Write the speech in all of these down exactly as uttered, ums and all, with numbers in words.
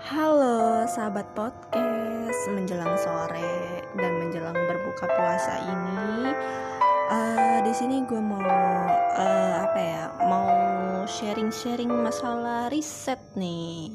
Halo sahabat podcast, menjelang sore dan menjelang berbuka puasa ini, uh, di sini gue mau uh, apa ya, mau sharing-sharing masalah riset nih.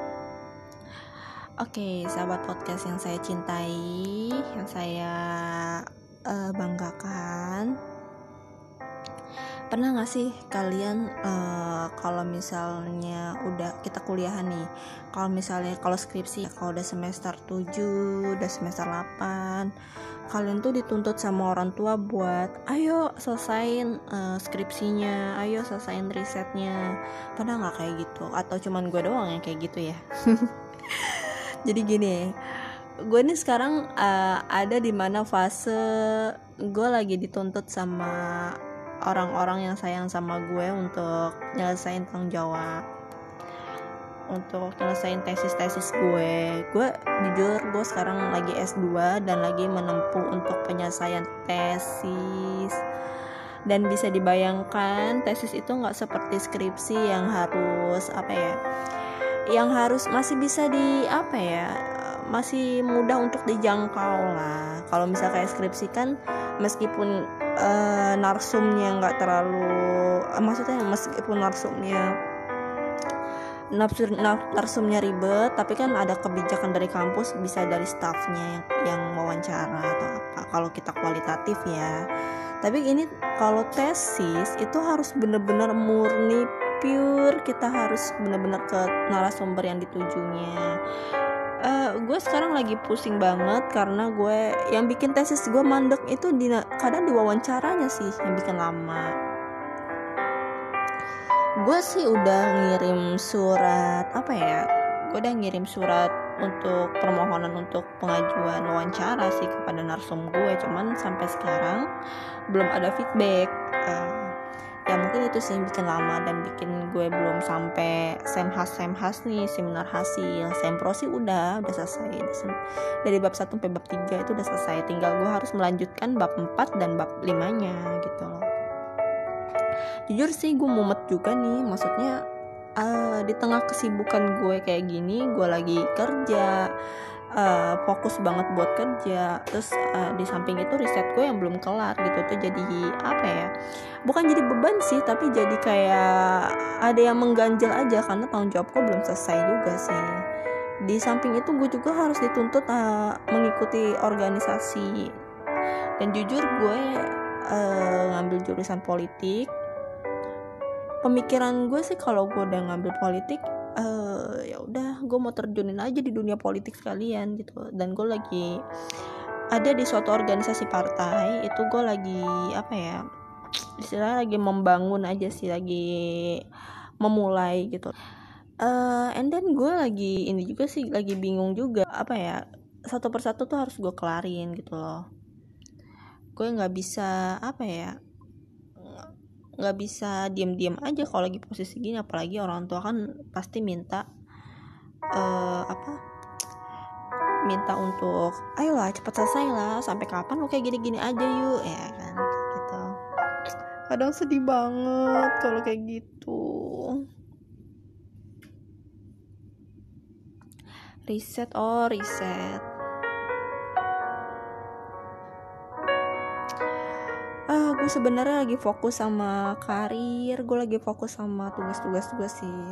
Oke, sahabat podcast yang saya cintai, yang saya uh, banggakan. Pernah gak sih kalian uh, kalau misalnya udah kita kuliahan nih, kalau misalnya kalau skripsi, kalau udah semester tujuh, udah semester delapan, kalian tuh dituntut sama orang tua buat ayo selesain uh, skripsinya, ayo selesain risetnya. Pernah gak kayak gitu? Atau cuman gue doang yang kayak gitu ya? Jadi gini, gue nih sekarang uh, ada di mana fase gue lagi dituntut sama orang-orang yang sayang sama gue untuk nyelesain tanggung jawab, untuk nyelesain tesis-tesis gue. Gue jujur gue sekarang lagi S dua dan lagi menempuh untuk penyelesaian tesis. Dan bisa dibayangkan tesis itu gak seperti skripsi yang harus apa ya, yang harus masih bisa di apa ya, masih mudah untuk dijangkau lah. Kalau misalnya kayak skripsi kan meskipun uh, narsumnya nggak terlalu, uh, maksudnya meskipun narsumnya narsum, narsumnya ribet, tapi kan ada kebijakan dari kampus, bisa dari staffnya yang, yang wawancara atau apa. Kalau kita kualitatif ya. Tapi ini kalau tesis itu harus benar-benar murni pure, kita harus benar-benar ke narasumber yang ditujunya. Uh, gue sekarang lagi pusing banget karena gue yang bikin tesis gue mandek itu di, kadang di wawancaranya sih yang bikin lama. Gue sih udah ngirim surat apa ya, gue udah ngirim surat untuk permohonan untuk pengajuan wawancara sih kepada narsum gue, cuman sampai sekarang belum ada feedback. Uh, ya mungkin itu sih yang bikin lama dan bikin gue belum sampai semhas semhas nih, seminar hasil. Sempro sih udah udah selesai, dari bab satu sampai bab tiga itu udah selesai, tinggal gue harus melanjutkan bab empat dan bab lima nya gitu loh. Jujur sih gue mumet juga nih, maksudnya uh, di tengah kesibukan gue kayak gini, gue lagi kerja, Uh, fokus banget buat kerja, terus uh, di samping itu riset gue yang belum kelar gitu tuh, jadi apa ya, bukan jadi beban sih, tapi jadi kayak ada yang mengganjal aja karena tanggung jawab gue belum selesai juga sih. Di samping itu gue juga harus dituntut uh, mengikuti organisasi, dan jujur gue uh, ngambil jurusan politik. Pemikiran gue sih kalau gue udah ngambil politik, Uh, ya udah gue mau terjunin aja di dunia politik sekalian gitu. Dan gue lagi ada di suatu organisasi partai, itu gue lagi apa ya, istilahnya lagi membangun aja sih, lagi memulai gitu. Uh, and then gue lagi ini juga sih, lagi bingung juga apa ya, satu persatu tuh harus gue kelarin gitu loh. Gue nggak bisa apa ya, nggak bisa diam-diam aja kalau lagi posisi gini, apalagi orang tua kan pasti minta uh, apa minta untuk ayolah cepat selesai lah, sampai kapan lo kayak gini-gini aja yuk ya kan gitu. Kadang sedih banget kalau kayak gitu. Riset oh riset Ah, gue sebenarnya lagi fokus sama karir, gue lagi fokus sama tugas-tugas tugas sih.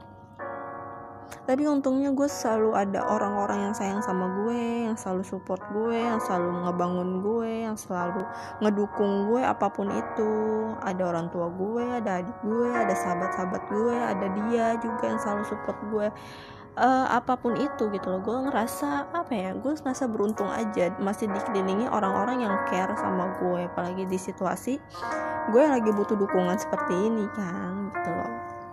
Tapi untungnya gue selalu ada orang-orang yang sayang sama gue, yang selalu support gue, yang selalu ngebangun gue, yang selalu ngedukung gue apapun itu. Ada orang tua gue, ada adik gue, ada sahabat-sahabat gue, ada dia juga yang selalu support gue. Uh, apapun itu gitu loh, gue ngerasa apa ya, gue ngerasa beruntung aja masih dikelilingi orang-orang yang care sama gue, apalagi di situasi gue yang lagi butuh dukungan seperti ini kan gitu loh.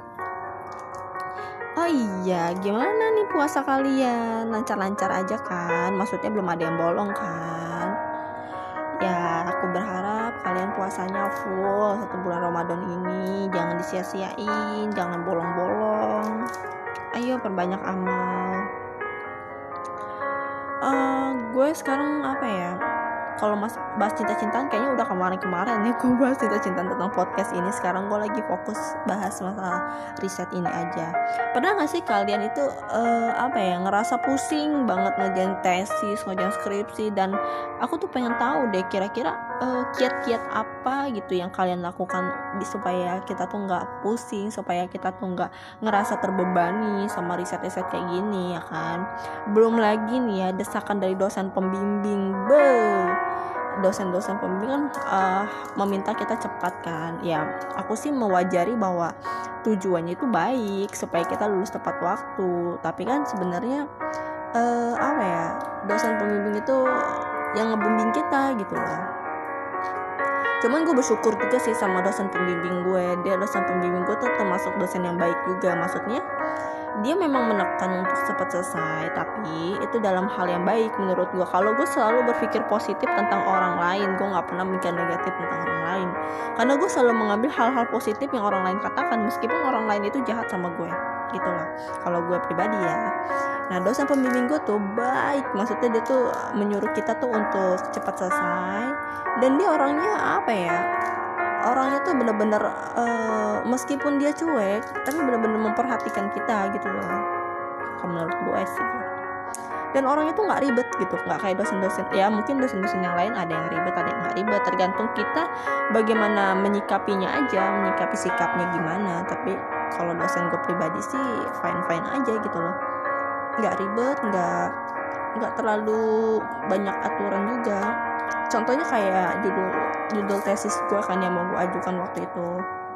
Oh iya, gimana nih puasa kalian? Lancar-lancar aja kan? Maksudnya belum ada yang bolong kan? Ya aku berharap kalian puasanya full satu bulan Ramadan ini, jangan disia-siain, jangan bolong-bolong. Ayo perbanyak amal. Uh, gue sekarang apa ya? kalau mas bahas cinta-cintaan kayaknya udah kemarin-kemarin ya gue bahas cinta-cintaan tentang podcast ini. Sekarang gue lagi fokus bahas masalah riset ini aja. Pernah gak sih kalian itu uh, apa ya ngerasa pusing banget ngerjain tesis, ngerjain skripsi, dan aku tuh pengen tahu deh kira-kira uh, kiat-kiat apa gitu yang kalian lakukan supaya kita tuh nggak pusing, supaya kita tuh nggak ngerasa terbebani sama riset-riset kayak gini ya kan. Belum lagi nih ya desakan dari dosen pembimbing, be dosen-dosen pembimbing kan uh, meminta kita cepat kan. Ya aku sih mewajari bahwa tujuannya itu baik supaya kita lulus tepat waktu, tapi kan sebenarnya uh, apa ya dosen pembimbing itu yang ngebimbing kita gitu loh. Cuman gue bersyukur juga sih sama dosen pembimbing gue. Dia dosen pembimbing gue tuh termasuk dosen yang baik juga. Maksudnya dia memang menekan untuk cepat selesai, tapi itu dalam hal yang baik menurut gue. Kalau gue selalu berpikir positif tentang orang lain, gue nggak pernah mikir negatif tentang orang lain, karena gue selalu mengambil hal-hal positif yang orang lain katakan, meskipun orang lain itu jahat sama gue gitu loh. Kalau gue pribadi ya. Nah dosen pembimbing gue tuh baik, maksudnya dia tuh menyuruh kita tuh untuk cepat selesai, dan dia orangnya apa ya, orangnya tuh bener-bener uh, meskipun dia cuek tapi bener-bener memperhatikan kita gitu loh, kalau menurut gue sih. Dan orangnya tuh nggak ribet gitu, nggak kayak dosen-dosen ya, mungkin dosen-dosen yang lain ada yang ribet ada yang nggak ribet, tergantung kita bagaimana menyikapinya aja, menyikapi sikapnya gimana. Tapi kalau dosen gue pribadi sih fine-fine aja gitu loh, nggak ribet, nggak nggak terlalu banyak aturan juga. Contohnya kayak judul judul tesis gue kan yang mau gue ajukan waktu itu,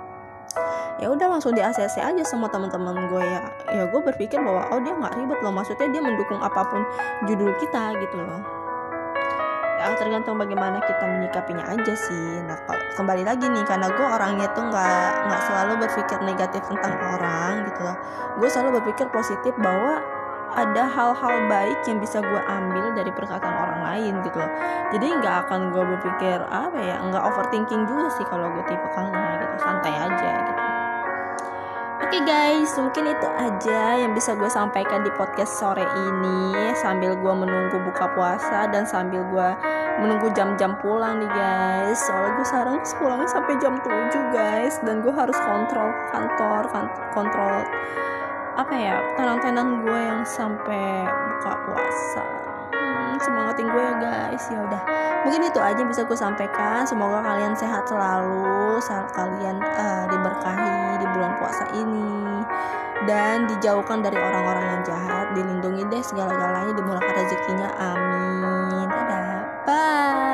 ya udah langsung di A C C aja sama teman-teman gue ya. Ya gue berpikir bahwa oh dia nggak ribet loh, maksudnya dia mendukung apapun judul kita gitu loh. Ya tergantung bagaimana kita menyikapinya aja sih. Nah kalau kembali lagi nih, karena gue orangnya tuh nggak nggak selalu berpikir negatif tentang orang gitu loh. Gue selalu berpikir positif bahwa ada hal-hal baik yang bisa gue ambil dari perkataan orang lain gitu loh. Jadi nggak akan gue berpikir apa ya, nggak overthinking juga sih kalau gue tipe kalnya gitu, santai aja gitu. Oke guys, mungkin itu aja yang bisa gue sampaikan di podcast sore ini sambil gue menunggu buka puasa dan sambil gue menunggu jam-jam pulang nih guys. Soalnya gue sekarang pulangnya sampai jam tujuh guys, dan gue harus kontrol kantor, kan- kontrol apa ya tenan-tenan gue yang sampai buka puasa. hmm, semangatin gue ya guys. Ya udah, mungkin itu aja bisa gue sampaikan. Semoga kalian sehat selalu, saat kalian uh, diberkahi di bulan puasa ini, dan dijauhkan dari orang-orang yang jahat, dilindungi deh segala-galanya, dimurahkan rezekinya, amin. Dadah, bye.